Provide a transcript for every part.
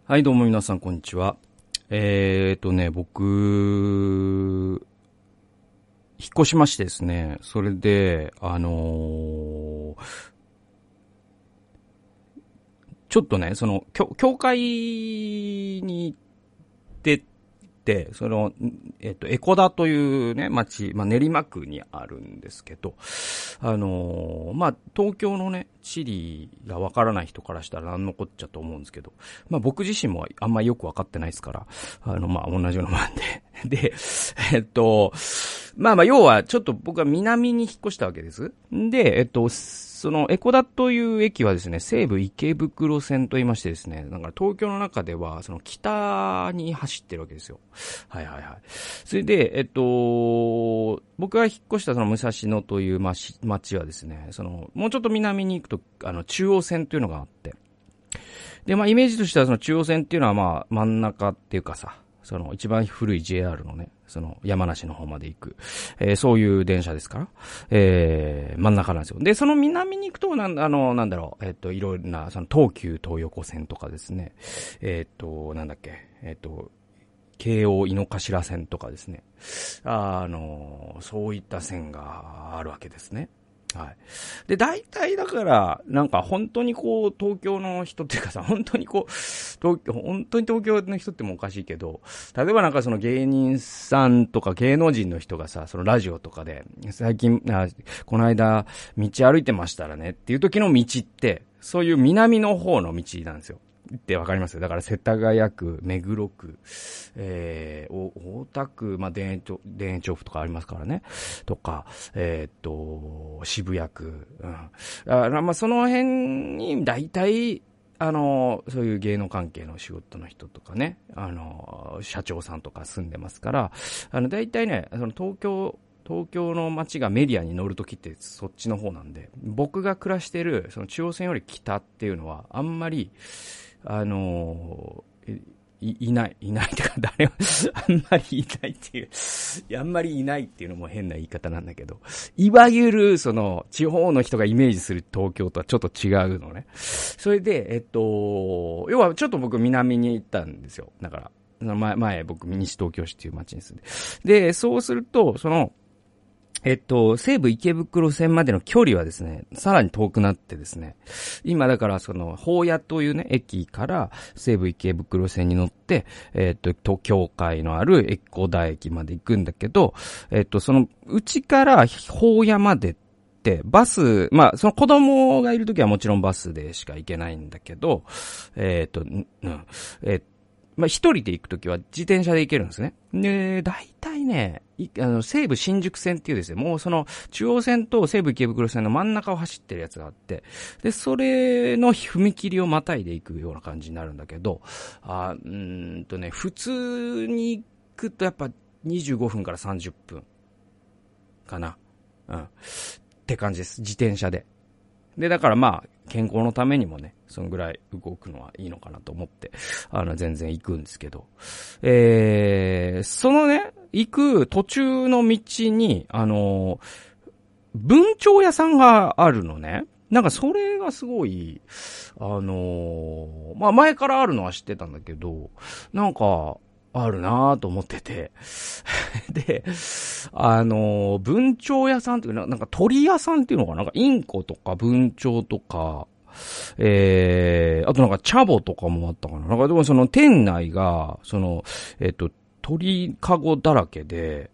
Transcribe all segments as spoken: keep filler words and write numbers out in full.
はい、どうも皆さん、こんにちは。えーとね、僕、引っ越しましてですね、それで、あのー、ちょっとね、その、教、教会に行ってて、その、えっと、江古田というね、町、まあ、練馬区にあるんですけど、あのー、まあ、東京のね、地理がわからない人からしたら何のこっちゃと思うんですけど、まあ、僕自身もあんまりよくわかってないですから、あの、まあ、同じようなもんで。で、えっと、まあまあ、要は、ちょっと僕は南に引っ越したわけです。で、えっと、その、江古田という駅はですね、西武池袋線と言いましてですね、だから東京の中では、その北に走ってるわけですよ。はいはいはい。それで、えっと、僕が引っ越したその武蔵野という町はですね、その、もうちょっと南に行くと、あの、中央線というのがあって、で、まあ、イメージとしてはその中央線っていうのはまあ、真ん中っていうかさ、その一番古い ジェイアール のね、その山梨の方まで行く、えー、そういう電車ですから、えー、真ん中なんですよ。で、その南に行くと、なん、あの、なんだろう、えっと、いろいろな、その東急東横線とかですね、えっと、なんだっけ、えっと、京王井の頭線とかですね、あの、そういった線があるわけですね。はい。で、大体だから、なんか本当にこう、東京の人っていうかさ、本当にこう、東京、本当に東京の人ってもおかしいけど、例えばなんかその芸人さんとか芸能人の人がさ、そのラジオとかで、最近、あこの間、道歩いてましたらねっていう時の道って、そういう南の方の道なんですよ。ってわかりますよ。だから世田谷区、目黒区、えー、大田区、まあ、田園調、田園調布とかありますからね。とか、えー、っと、渋谷区、うん。あまあ、その辺に、大体、あの、そういう芸能関係の仕事の人とかね、あの、社長さんとか住んでますから、あの、大体ね、その東京、東京の街がメディアに乗るときってそっちの方なんで、僕が暮らしてる、その中央線より北っていうのは、あんまり、あのー、い、いない、いないってか、誰も、あんまりいないっていう、いや、あんまりいないっていうのも変な言い方なんだけど、いわゆる、その、地方の人がイメージする東京とはちょっと違うのね。それで、えっと、要はちょっと僕南に行ったんですよ。だから、前、前僕、西東京市っていう街に住んで。で、そうすると、その、えっと、西武池袋線までの距離はですね、さらに遠くなってですね、今だからその、宝谷というね、駅から西武池袋線に乗って、えっと、東京会のある江古田駅まで行くんだけど、えっと、その、うちから宝谷までって、バス、まあ、その子供がいるときはもちろんバスでしか行けないんだけど、えっと、うん、えっと、まあ、一人で行くときは自転車で行けるんですね。で、大体ね、あの、西武新宿線っていうですね、もうその、中央線と西武池袋線の真ん中を走ってるやつがあって、で、それの踏切をまたいで行くような感じになるんだけど、あうーんとね、普通に行くとやっぱにじゅうごふんからさんじゅっぷんかな。うん。って感じです。自転車で。で、だからまあ、健康のためにもね、そのぐらい動くのはいいのかなと思って、あの、全然行くんですけど。えー、そのね、行く途中の道に、あの、文鳥屋さんがあるのね。なんかそれがすごい、あのー、まあ前からあるのは知ってたんだけど、なんか、あるなぁと思ってて。で、あのー、文鳥屋さんっていうか、なんか鳥屋さんっていうのかな、なんかインコとか文鳥とか、えー、あとなんかチャボとかもあったかな。なんかでもその店内が、その、えっと、鳥かごだらけで、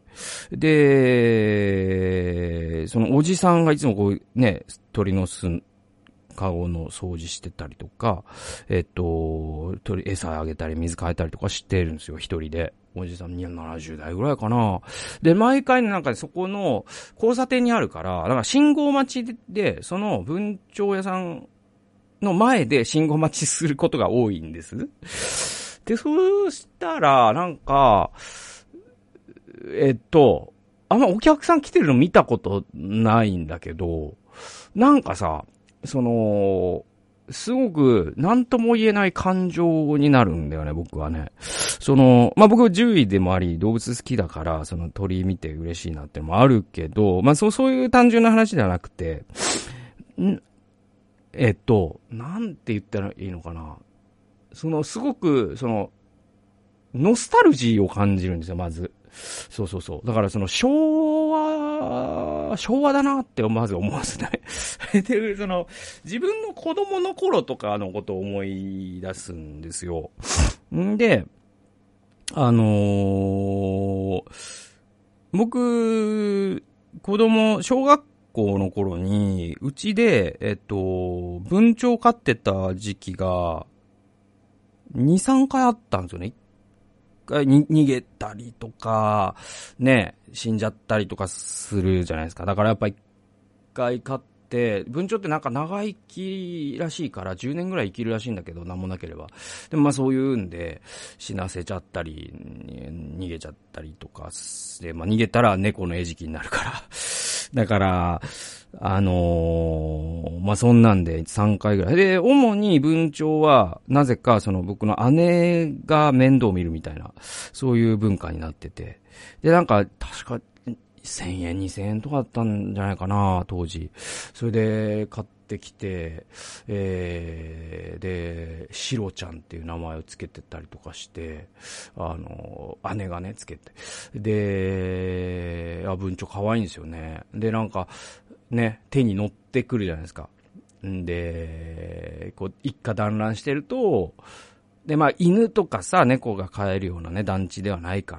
で、そのおじさんがいつもこうね、鳥の巣、カゴの掃除してたりとか、えっと、鳥、餌あげたり水変えたりとかしてるんですよ、一人で。おじさんにはななじゅう代ぐらいかな。で、毎回なんかそこの交差点にあるから、だから信号待ちで、その文鳥屋さんの前で信号待ちすることが多いんです。で、そうしたら、なんか、えっと、あんまお客さん来てるの見たことないんだけど、なんかさ、その、すごく何とも言えない感情になるんだよね、僕はね。その、まあ、僕獣医でもあり動物好きだから、その鳥見て嬉しいなってのもあるけど、まあ、そう、そういう単純な話じゃなくて、んえっと、なんて言ったらいいのかな。 その、すごく、その、ノスタルジーを感じるんですよ、まず。そうそうそう。だからその昭和、昭和だなってまず思うんですね。で、その、自分の子供の頃とかのことを思い出すんですよ。んで、あのー、僕、子供、小学校の頃に、うちで、えっと、文鳥飼ってた時期が、に、さんかいあったんですよね。に逃げたりとか、ね、死んじゃったりとかするじゃないですか。だからやっぱ一回飼って、文鳥ってなんか長生きらしいからじゅうねんぐらい生きるらしいんだけど、なんもなければ。でもまあそういうんで死なせちゃったり、逃げちゃったりとかで、まあ逃げたら猫の餌食になるから。だから、あのー、まあ、そんなんでさんかいぐらい。で、主に文鳥は、なぜかその僕の姉が面倒を見るみたいな、そういう文化になってて。で、なんか、確か、せんえん、にせんえんとかだったんじゃないかな、当時。それで、買ってきて、えー、で、シロちゃんっていう名前をつけてたりとかして、あの、姉がね、つけて。で、あ、文鳥可愛いんですよね。で、なんか、ね、手に乗ってくるじゃないですか。んで、こう、一家団らんしてると、で、まあ、犬とかさ、猫が飼えるようなね、団地ではないから、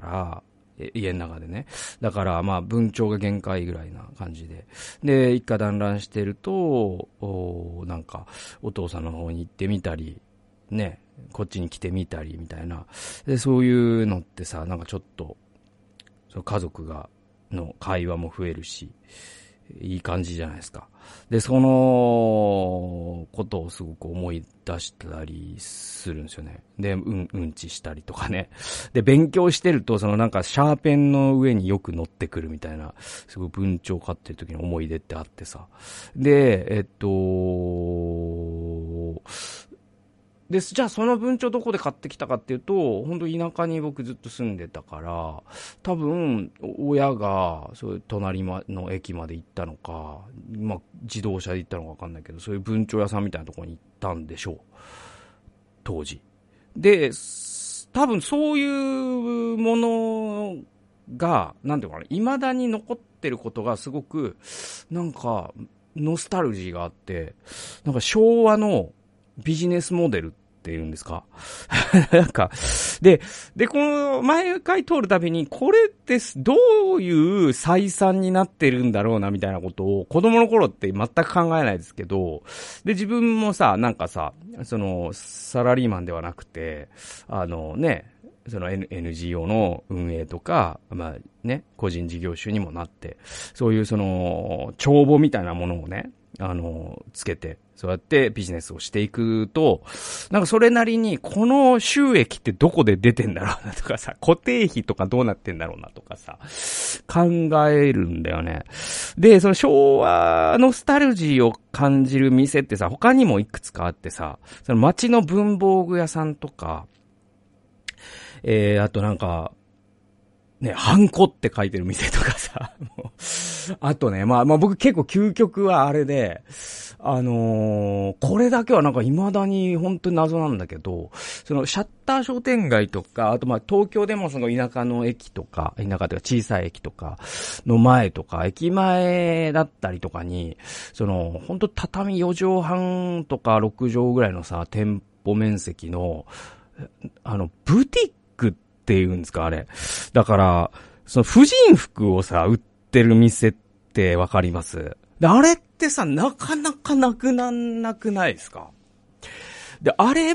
家の中でね。だから、まあ、文鳥が限界ぐらいな感じで。で、一家団らんしてると、おなんか、お父さんの方に行ってみたり、ね、こっちに来てみたり、みたいな。で、そういうのってさ、なんかちょっと、その家族が、の会話も増えるし、いい感じじゃないですか。で、そのことをすごく思い出したりするんですよね。で、うん、うんちしたりとかね。で、勉強してると、そのなんかシャーペンの上によく乗ってくるみたいな、すごい文鳥飼ってる時の思い出ってあってさ。で、えっと、です。じゃあその文鳥どこで買ってきたかっていうと、本当田舎に僕ずっと住んでたから、多分、親が、そういう隣の駅まで行ったのか、まあ、自動車で行ったのかわかんないけど、そういう文鳥屋さんみたいなところに行ったんでしょう。当時。で、多分そういうものが、なんていうかな、未だに残ってることがすごく、なんか、ノスタルジーがあって、なんか昭和のビジネスモデルっていうんですかなんか、で、で、この、毎回通るたびに、これってどういう採算になってるんだろうな、みたいなことを、子供の頃って全く考えないですけど、で、自分もさ、なんかさ、その、サラリーマンではなくて、あのね、その エヌジーオー の運営とか、まあね、個人事業主にもなって、そういうその、帳簿みたいなものをね、あの、つけて、そうやってビジネスをしていくと、なんかそれなりに、この収益ってどこで出てんだろうなとかさ、固定費とかどうなってんだろうなとかさ、考えるんだよね。で、その昭和ノスタルジーを感じる店ってさ、他にもいくつかあってさ、その街の文房具屋さんとか、えー、あとなんか、ね、ハンコって書いてる店とかさ、もうあとね、まあまあ僕結構究極はあれで、あのー、これだけはなんか未だに本当に謎なんだけど、そのシャッター商店街とか、あとまあ東京でもその田舎の駅とか、田舎というか小さい駅とかの前とか、駅前だったりとかに、その本当畳よ畳半とかろく畳ぐらいのさ、店舗面積の、あの、ブティックっていうんですか、あれ。だから、その婦人服をさ、売ってる店ってわかります？で、あれってさ、なかなかなくなんなくないですか？で、あれ、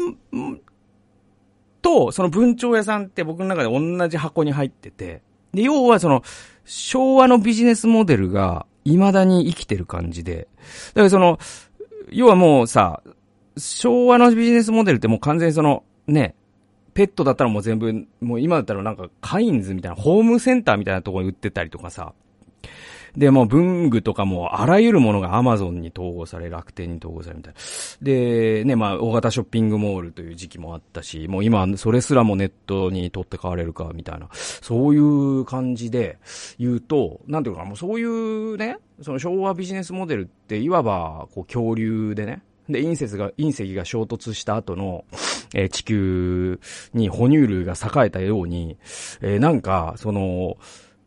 と、その文鳥屋さんって僕の中で同じ箱に入ってて、で、要はその、昭和のビジネスモデルが未だに生きてる感じで、だからその、要はもうさ、昭和のビジネスモデルってもう完全にその、ね、ペットだったらもう全部、もう今だったらなんかカインズみたいなホームセンターみたいなところに売ってたりとかさ。で、もう文具とかもあらゆるものがアマゾンに統合され、楽天に統合されみたいな。で、ね、まあ大型ショッピングモールという時期もあったし、もう今それすらもネットに取って買われるかみたいな。そういう感じで言うと、なんていうかな、もうそういうね、その昭和ビジネスモデルっていわばこう恐竜でね、 で、隕石が、隕石が衝突した後の、えー、地球に哺乳類が栄えたように、えー、なんか、その、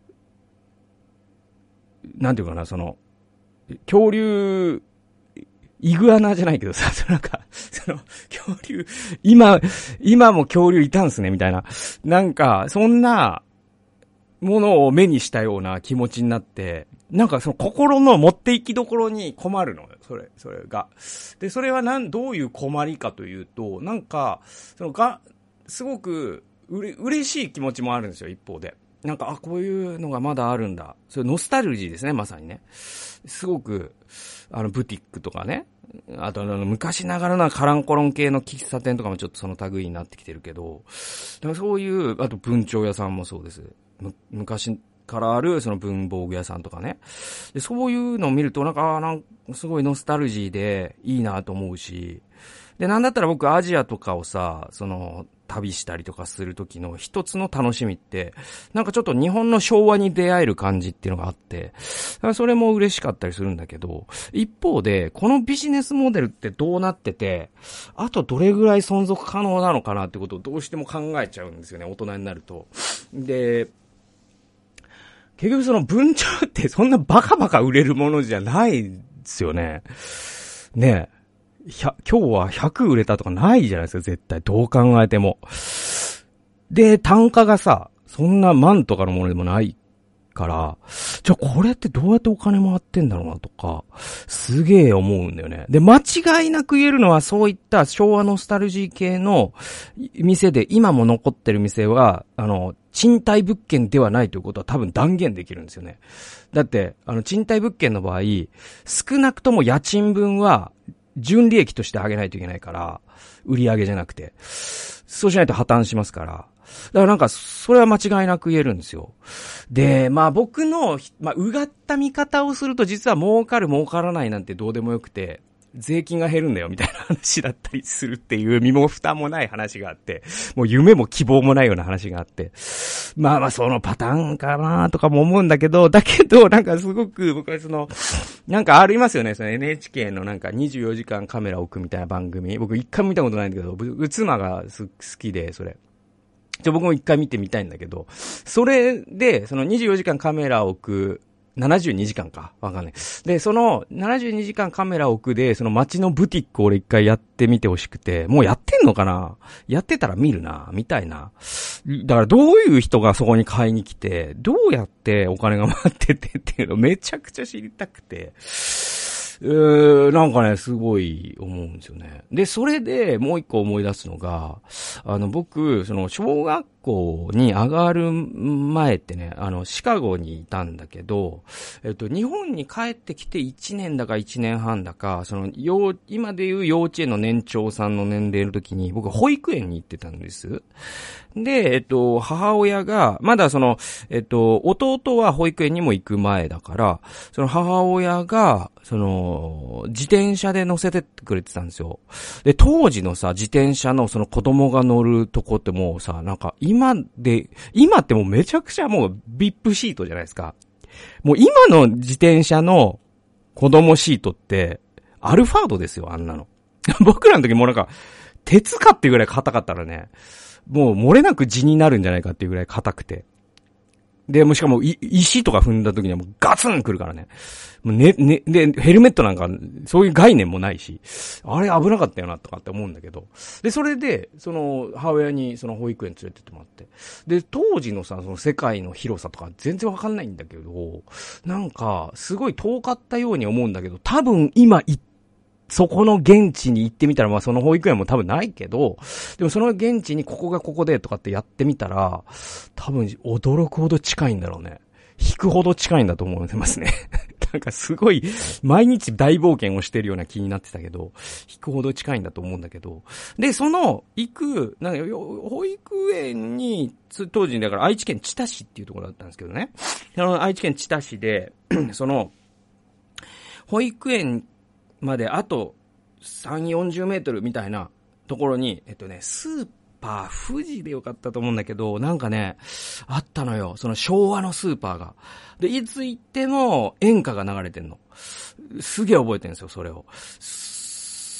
なんていうかな、その、恐竜、イグアナじゃないけどさ、なんか、その、恐竜、今、今も恐竜いたんすね、みたいな。なんか、そんな、ものを目にしたような気持ちになって、なんかその心の持っていきどころに困るのよ、それ、それが。で、それはなん、どういう困りかというと、なんか、そのが、すごく、うれ、嬉しい気持ちもあるんですよ、一方で。なんか、あ、こういうのがまだあるんだ。それノスタルジーですね、まさにね。すごく、あの、ブティックとかね。あと、あの、昔ながらのカランコロン系の喫茶店とかもちょっとその類になってきてるけど、だからそういう、あと文鳥屋さんもそうです。む、昔からあるその文房具屋さんとかね。で、そういうのを見ると、なんか、なんかすごいノスタルジーでいいなと思うし、で、なんだったら僕アジアとかをさ、その、旅したりとかするときの一つの楽しみって、なんかちょっと日本の昭和に出会える感じっていうのがあって、それも嬉しかったりするんだけど、一方で、このビジネスモデルってどうなってて、あとどれぐらい存続可能なのかなってことをどうしても考えちゃうんですよね、大人になると。で、結局その文鳥ってそんなバカバカ売れるものじゃないですよね。ねえ。今日はひゃく売れたとかないじゃないですか、絶対。どう考えても。で、単価がさ、そんな万とかのものでもないから、じゃあこれってどうやってお金回ってんだろうなとか、すげえ思うんだよね。で、間違いなく言えるのはそういった昭和ノスタルジー系の店で今も残ってる店は、あの、賃貸物件ではないということは多分断言できるんですよね。だって、あの、賃貸物件の場合、少なくとも家賃分は、純利益として上げないといけないから、売り上げじゃなくて。そうしないと破綻しますから。だからなんか、それは間違いなく言えるんですよ。で、まあ僕の、まあ、うがった見方をすると実は儲かる儲からないなんてどうでもよくて、税金が減るんだよみたいな話だったりするっていう身も蓋もない話があって、もう夢も希望もないような話があって、まあまあそのパターンかなとかも思うんだけど、だけどなんかすごく僕はその、なんかありますよね、その エヌエイチケー のなんかにじゅうよじかんカメラ置くみたいな番組。僕一回も見たことないんだけど、僕妻が好きで、それ。じゃ僕も一回見てみたいんだけど、それで、そのにじゅうよじかんカメラを置く、ななじゅうにじかんかわかんない。で、そのななじゅうにじかんカメラを置くで、その街のブティックを俺一回やってみてほしくて、もうやってんのかなやってたら見るな、みたいな。だからどういう人がそこに買いに来て、どうやってお金が回っててっていうのをめちゃくちゃ知りたくて、えー、なんかね、すごい思うんですよね。で、それでもう一個思い出すのが、あの、僕、その、小学校に上がる前ってね、あの、シカゴにいたんだけど、えっと、日本に帰ってきていちねんだかいちねんはんだか、その、幼、今でいう幼稚園の年長さんの年齢の時に、僕、保育園に行ってたんです。で、えっと、母親が、まだその、えっと、弟は保育園にも行く前だから、その母親が、その、自転車で乗せてってくれてたんですよ。で、当時のさ、自転車のその子供が乗るとこってもうさ、なんか今で、今ってもうめちゃくちゃもうビップシートじゃないですか。もう今の自転車の子供シートって、アルファードですよ、あんなの。僕らの時もうなんか、鉄かっていうぐらい硬かったらね、もう漏れなく地になるんじゃないかっていうぐらい硬くて。で、もうしかも、い、石とか踏んだ時にはもうガツン来るからね。もうね、ね、で、ヘルメットなんか、そういう概念もないし、あれ危なかったよな、とかって思うんだけど。で、それで、その、母親にその保育園連れてってもらって。で、当時のさ、その世界の広さとか全然わかんないんだけど、なんか、すごい遠かったように思うんだけど、多分今行って、そこの現地に行ってみたら、まあその保育園も多分ないけど、でもその現地にここがここでとかってやってみたら、多分驚くほど近いんだろうね。引くほど近いんだと思いますね。なんかすごい、毎日大冒険をしてるような気になってたけど、引くほど近いんだと思うんだけど。で、その、行く、なんか、保育園に、当時だから愛知県知多市っていうところだったんですけどね。その愛知県知多市で、その、保育園、まであとさんじゅう、よんじゅうメートルみたいなところに、えっとね、スーパー富士でよかったと思うんだけど、なんかね、あったのよ。その昭和のスーパーが。で、いつ行っても演歌が流れてんの。すげえ覚えてるんですよ、それを。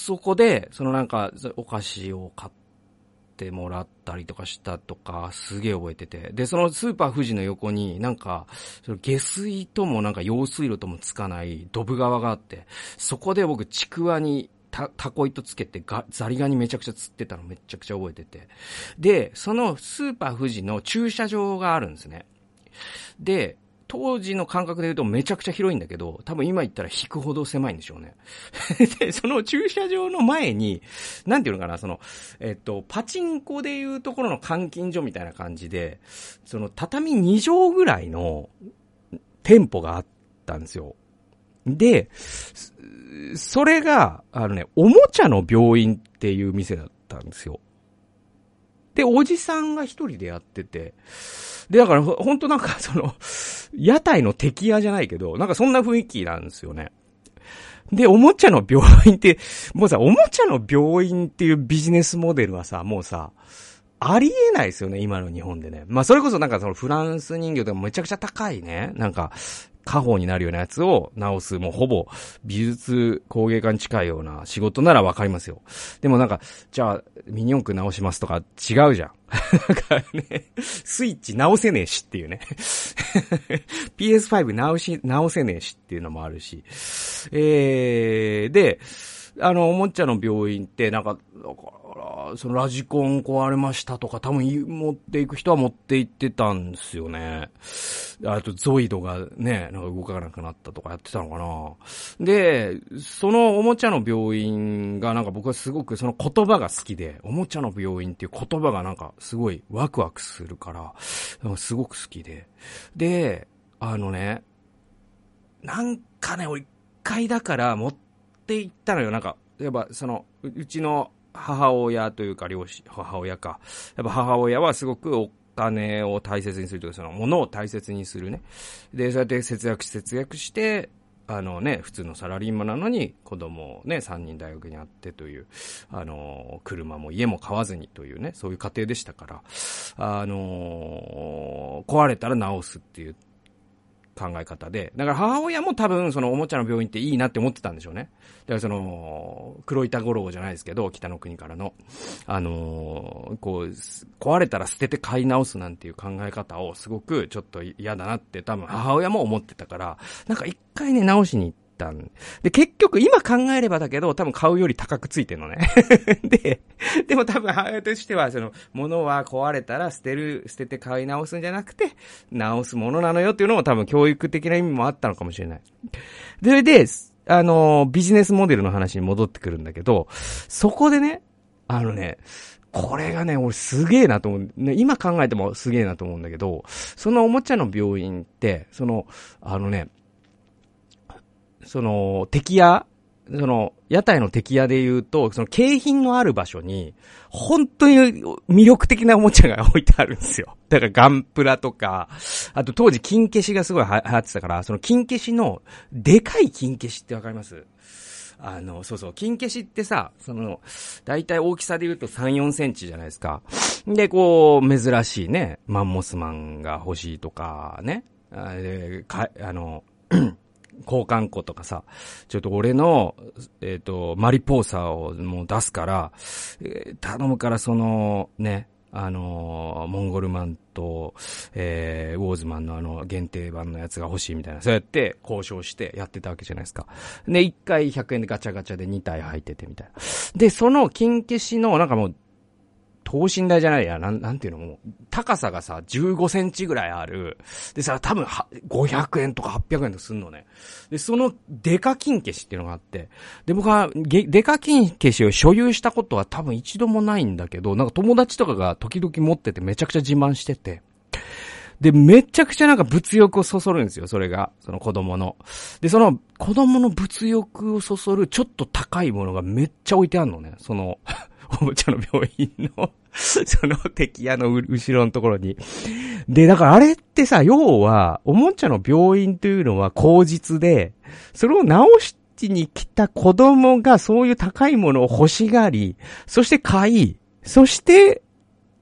そこで、そのなんか、お菓子を買ってもらったりとかしたとか、すげえ覚えてて。で、そのスーパー富士の横になんか、その下水ともなんか用水路ともつかないドブ川があって、そこで僕ちくわにた、タコ糸つけてが、ザリガニめちゃくちゃ釣ってたのめちゃくちゃ覚えてて。で、そのスーパー富士の駐車場があるんですね。で、当時の感覚で言うとめちゃくちゃ広いんだけど、多分今言ったら引くほど狭いんでしょうね。で、その駐車場の前に、なんていうのかな、その、えっと、パチンコでいうところの監禁所みたいな感じで、その畳に畳ぐらいの店舗があったんですよ。で、それが、あのね、おもちゃの病院っていう店だったんですよ。で、おじさんが一人でやってて、で、だからほんとなんかその、屋台の敵屋じゃないけど、なんかそんな雰囲気なんですよね。で、おもちゃの病院って、もうさ、おもちゃの病院っていうビジネスモデルはさ、もうさ、ありえないですよね、今の日本でね。まあそれこそなんかそのフランス人形とかめちゃくちゃ高いね、なんか、家宝になるようなやつを直す、もうほぼ美術工芸家に近いような仕事ならわかりますよ。でもなんか、じゃあ、ミニ四駆直しますとか違うじゃん。なんかね、スイッチ直せねえしっていうね。ピーエスファイブ 直し、直せねえしっていうのもあるし。えー、で、あの、おもちゃの病院って、なんか、だから、そのラジコン壊れましたとか、多分持っていく人は持って行ってたんですよね。あと、ゾイドがね、なんか動かなくなったとかやってたのかな。で、そのおもちゃの病院がなんか僕はすごくその言葉が好きで、おもちゃの病院っていう言葉がなんかすごいワクワクするから、なんかすごく好きで。で、あのね、なんかね、俺一回だから持ってって言ったのよ。なんか、やっぱその、うちの母親というか両親、母親か。やっぱ母親はすごくお金を大切にするというか、そのものを大切にするね。で、そうやって節約し節約して、あのね、普通のサラリーマンなのに子供をね、さんにん大学にあってという、あの、車も家も買わずにというね、そういう家庭でしたから、あの、壊れたら直すっていう、考え方で。だから母親も多分そのおもちゃの病院っていいなって思ってたんでしょうね。だからその、黒板五郎じゃないですけど、北の国からの。あのー、こう、壊れたら捨てて買い直すなんていう考え方をすごくちょっと嫌だなって多分母親も思ってたから、なんか一回ね、直しに行って、で、結局、今考えればだけど、多分買うより高くついてるのね。で、でも多分母親としては、その、物は壊れたら捨てる、捨てて買い直すんじゃなくて、直すものなのよっていうのも多分教育的な意味もあったのかもしれない。それで、あの、ビジネスモデルの話に戻ってくるんだけど、そこでね、あのね、これがね、俺すげえなと思う、ね。今考えてもすげえなと思うんだけど、そのおもちゃの病院って、その、あのね、その、敵屋その、屋台の敵屋で言うと、その景品のある場所に、本当に魅力的なおもちゃが置いてあるんですよ。だからガンプラとか、あと当時金消しがすごい流行ってたから、その金消しの、でかい金消しってわかります？あの、そうそう、金消しってさ、その、だいたい大きさで言うとさん、よんセンチじゃないですか。で、こう、珍しいね、マンモスマンが欲しいとか、ね。あで、か、あの、交換庫とかさ、ちょっと俺の、えっと、マリポーサーをもう出すから、えー、頼むからその、ね、あのー、モンゴルマンと、えー、ウォーズマンのあの、限定版のやつが欲しいみたいな、そうやって交渉してやってたわけじゃないですか。で、いっかいひゃくえんでガチャガチャでにたい入っててみたいな。で、その金消しの、なんかもう、等身大じゃないや、なん、なんていうのも、高さがさ、じゅうごセンチぐらいある。でさ、多分は、ごひゃくえんとかはっぴゃくえんとかすんのね。で、その、デカ金消しっていうのがあって、で、僕は、デカ金消しを所有したことは多分一度もないんだけど、なんか友達とかが時々持っててめちゃくちゃ自慢してて、で、めちゃくちゃなんか物欲をそそるんですよ、それが。その子供の。で、その子供の物欲をそそるちょっと高いものがめっちゃ置いてあるのね。その、おもちゃの病院の、その敵屋の後ろのところに。で、だからあれってさ、要は、おもちゃの病院というのは口実で、それを直しに来た子供がそういう高いものを欲しがり、そして買い、そして、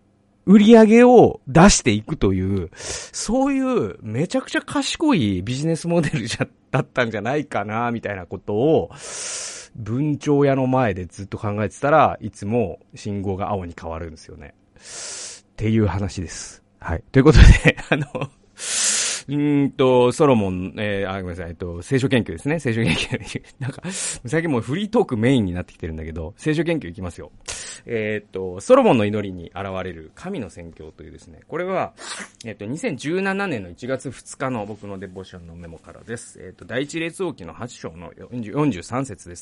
売り上げを出していくという、そういうめちゃくちゃ賢いビジネスモデルじゃ、だったんじゃないかな、みたいなことを、文鳥屋の前でずっと考えてたらいつも信号が青に変わるんですよね。っていう話です。はい。ということで、あの、うーんと、ソロモン、えー、あ、ごめんなさい、えっと、聖書研究ですね。聖書研究。なんか、最近もうフリートークメインになってきてるんだけど、聖書研究いきますよ。えー、っと、ソロモンの祈りに現れる神の宣教というですね、これは、えー、っと、にせんじゅうななねんのいちがつふつかの僕のデボーションのメモからです。えー、っと、第一列王記のはち章のよんじゅうさん節です。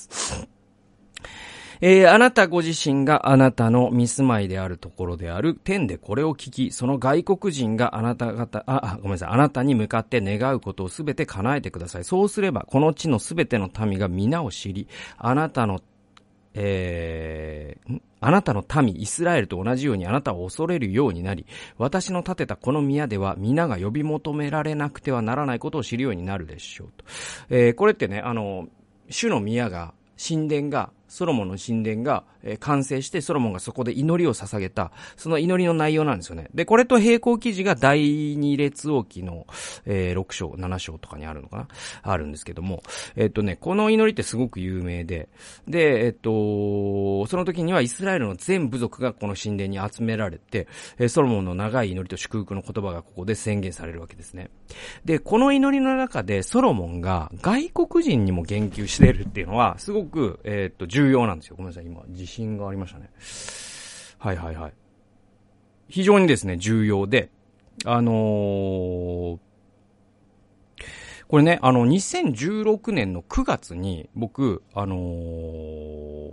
えー、あなたご自身があなたの見住まいであるところである天でこれを聞き、その外国人があなた方、あ、ごめんなさい、あなたに向かって願うことをすべて叶えてください。そうすれば、この地のすべての民が皆を知り、あなたの、えー、あなたの民、イスラエルと同じようにあなたを恐れるようになり、私の建てたこの宮では皆が呼び求められなくてはならないことを知るようになるでしょうと。えー、これってね、あの、主の宮が、神殿が、ソロモンの神殿が、えー、完成してソロモンがそこで祈りを捧げた、その祈りの内容なんですよね。で、これと並行記事が第二列王記の、えー、ろく章、なな章とかにあるのかなあるんですけども、えっとね、この祈りってすごく有名で、で、えっと、その時にはイスラエルの全部族がこの神殿に集められて、えー、ソロモンの長い祈りと祝福の言葉がここで宣言されるわけですね。で、この祈りの中でソロモンが外国人にも言及しているっていうのは、すごく、えっと、重要なんですよ。ごめんなさい、今、地震がありましたね。はいはいはい。非常にですね、重要で、あのー、これね、あの、にせんじゅうろくねんのくがつに、僕、あのー、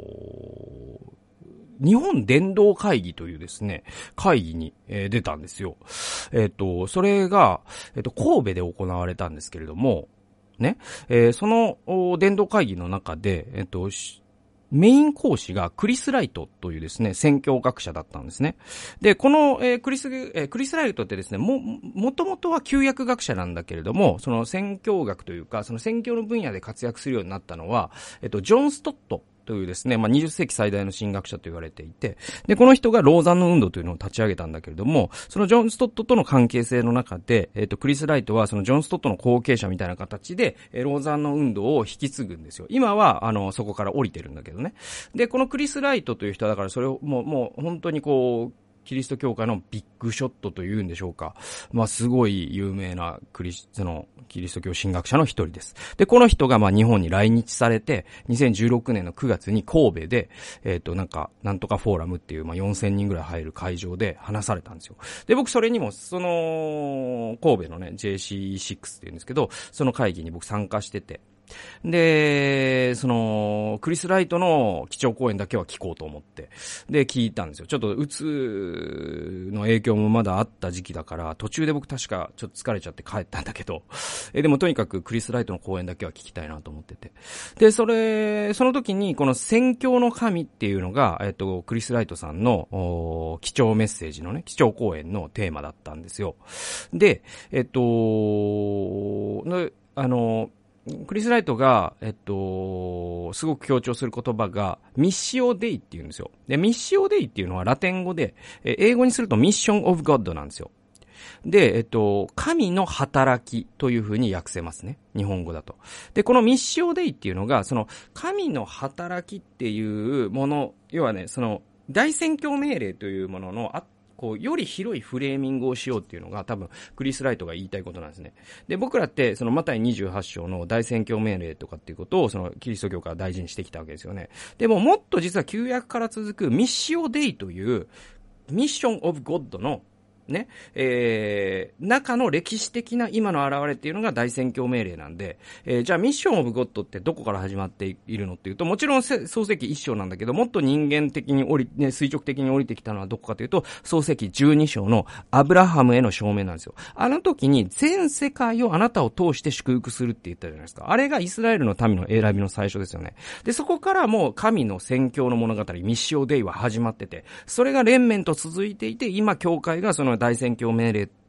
日本伝道会議というですね、会議に、えー、出たんですよ。えっと、それが、えっと、神戸で行われたんですけれども、ね、えー、その伝道会議の中で、えっと、メイン講師がクリス・ライトというですね、宣教学者だったんですね。で、この、えー、クリス、えー、クリス・ライトってですね、も、もともとは旧約学者なんだけれども、その宣教学というか、その宣教の分野で活躍するようになったのは、えっと、ジョン・ストットというですね、まあ、にじゅっ世紀最大の神学者と言われていて、で、この人がローザンの運動というのを立ち上げたんだけれども、そのジョン・ストットとの関係性の中で、えっと、クリス・ライトはそのジョン・ストットの後継者みたいな形で、ローザンの運動を引き継ぐんですよ。今は、あの、そこから降りてるんだけどね。で、このクリス・ライトという人は、だからそれをもう、もう本当にこう、キリスト教会のビッグショットというんでしょうか。まあ、すごい有名なクリス、その、キリスト教神学者の一人です。で、この人がまあ日本に来日されて、にせんじゅうろくねんのくがつに神戸で、えっと、なんか、なんとかフォーラムっていう、まあよんせんにんぐらい入る会場で話されたんですよ。で、僕それにも、その、神戸のね、ジェーシーシックスっていうんですけど、その会議に僕参加してて、で、その、クリス・ライトの基調講演だけは聞こうと思って、で、聞いたんですよ。ちょっと、うつの影響もまだあった時期だから、途中で僕確かちょっと疲れちゃって帰ったんだけど、え、でもとにかくクリス・ライトの講演だけは聞きたいなと思ってて。で、それ、その時に、この宣教の神っていうのが、えっと、クリス・ライトさんの、基調メッセージのね、基調講演のテーマだったんですよ。で、えっと、あの、クリス・ライトが、えっと、すごく強調する言葉が、ミッシオデイって言うんですよ。で、ミッシオデイっていうのはラテン語で、英語にするとミッション・オブ・ゴッドなんですよ。で、えっと、神の働きというふうに訳せますね。日本語だと。で、このミッシオデイっていうのが、その、神の働きっていうもの、要はね、その、大宣教命令というものの、あこう、より広いフレーミングをしようっていうのが多分、クリス・ライトが言いたいことなんですね。で、僕らって、そのマタイにじゅうはち章の大宣教命令とかっていうことを、その、キリスト教から大事にしてきたわけですよね。でも、もっと実は旧約から続くミッシオデイという、ミッション・オブ・ゴッドの、ね、えー、中の歴史的な今の現れっていうのが大宣教命令なんで、えー、じゃあミッションオブゴッドってどこから始まっているのっていうと、もちろん創世記一章なんだけど、もっと人間的に降り、ね、垂直的に降りてきたのはどこかというと、創世記じゅうに章のアブラハムへの証明なんですよ。あの時に全世界をあなたを通して祝福するって言ったじゃないですか。あれがイスラエルの民の選びの最初ですよね。で、そこからもう神の宣教の物語、ミッションデイは始まってて、それが連綿と続いていて、今教会がその大宣教命令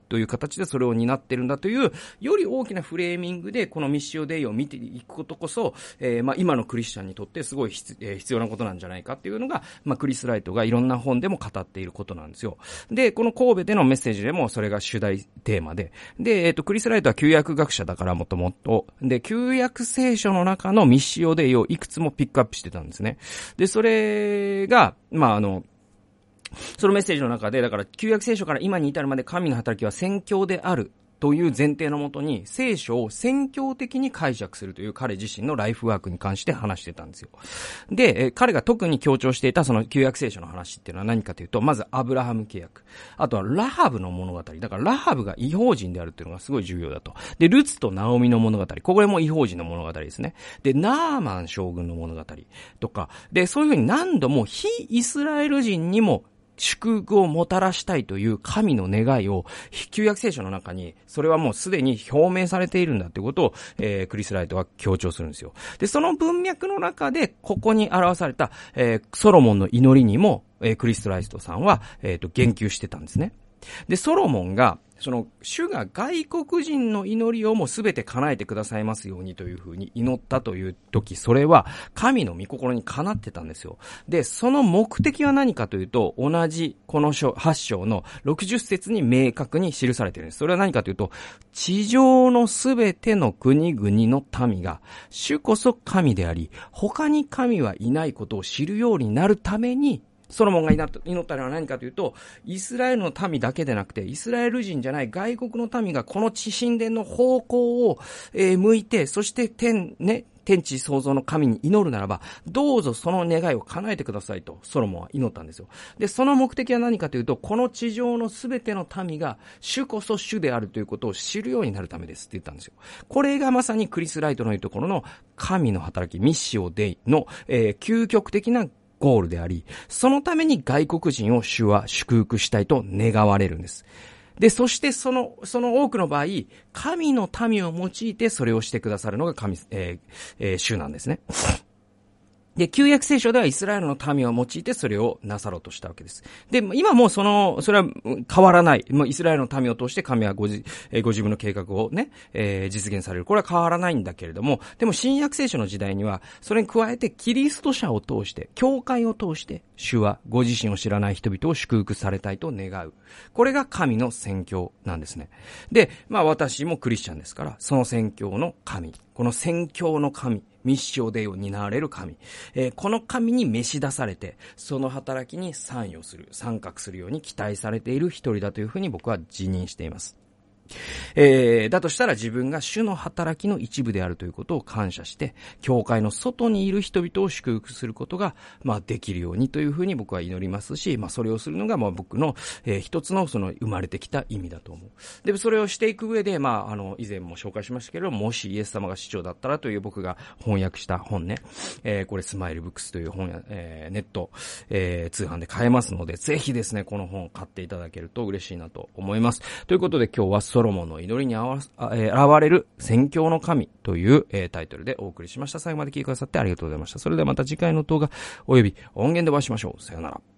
という形でそれを担ってるんだという、より大きなフレーミングでこのミッシオデイを見ていくことこそ、えー、まあ今のクリスチャンにとってすごい必、えー、必要なことなんじゃないかっていうのが、まあクリス・ライトがいろんな本でも語っていることなんですよ。で、この神戸でのメッセージでもそれが主題テーマで、で、えっと、クリス・ライトは旧約学者だからもともと、で、旧約聖書の中のミッシオデイをいくつもピックアップしてたんですね。で、それが、まああの、そのメッセージの中で、だから旧約聖書から今に至るまで神の働きは宣教であるという前提のもとに聖書を宣教的に解釈するという彼自身のライフワークに関して話してたんですよ。で、え彼が特に強調していたその旧約聖書の話っていうのは何かというと、まずアブラハム契約。あとはラハブの物語。だからラハブが異邦人であるっていうのがすごい重要だと。で、ルツとナオミの物語。これも異邦人の物語ですね。で、ナーマン将軍の物語とか。で、そういうふうに何度も非イスラエル人にも祝福をもたらしたいという神の願いを旧約聖書の中にそれはもうすでに表明されているんだということを、えー、クリス・ライトは強調するんですよ。で、その文脈の中でここに表された、えー、ソロモンの祈りにも、えー、クリス・ライトさんは、えーと、言及してたんですね。で、ソロモンがその主が外国人の祈りをもすべて叶えてくださいますようにというふうに祈ったという時、それは神の御心にかなってたんですよ。で、その目的は何かというと、同じこのはち章のろくじゅっ節に明確に記されているんです。それは何かというと、地上のすべての国々の民が主こそ神であり、他に神はいないことを知るようになるために、ソロモンが祈ったのは何かというと、イスラエルの民だけでなくて、イスラエル人じゃない外国の民がこの地神殿の方向を、えー、向いて、そして天、ね、天地創造の神に祈るならば、どうぞその願いを叶えてくださいと、ソロモンは祈ったんですよ。で、その目的は何かというと、この地上のすべての民が、主こそ主であるということを知るようになるためですって言ったんですよ。これがまさにクリス・ライトの言うところの神の働き、ミッシオデイの、えー、究極的なゴールであり、そのために外国人を主は祝福したいと願われるんです。で、そしてその、その多くの場合、神の民を用いてそれをしてくださるのが神、えーえー、主なんですね。で、旧約聖書ではイスラエルの民を用いてそれをなさろうとしたわけです。で、今もうその、それは変わらない。もうイスラエルの民を通して神はご自、ご自分の計画をね、えー、実現される。これは変わらないんだけれども、でも新約聖書の時代には、それに加えてキリスト者を通して、教会を通して、主はご自身を知らない人々を祝福されたいと願う。これが神の宣教なんですね。で、まあ私もクリスチャンですから、その宣教の神、この宣教の神、ミッシオデイを担われる神、えー、この神に召し出されて、その働きに参与する、参画するように期待されている一人だというふうに僕は自認しています。えー、だとしたら自分が主の働きの一部であるということを感謝して、教会の外にいる人々を祝福することが、まあできるようにというふうに僕は祈りますし、まあそれをするのがまあ僕の、えー、一つのその生まれてきた意味だと思う。で、それをしていく上で、まああの、以前も紹介しましたけれども、もしイエス様が市長だったらという僕が翻訳した本ね、えー、これスマイルブックスという本や、えー、ネット、えー、通販で買えますので、ぜひですね、この本を買っていただけると嬉しいなと思います。ということで今日はソロモンの祈りにあわ、えー、現れる宣教の神という、えー、タイトルでお送りしました。最後まで聞いてくださってありがとうございました。それではまた次回の動画および音源でお会いしましょう。さよなら。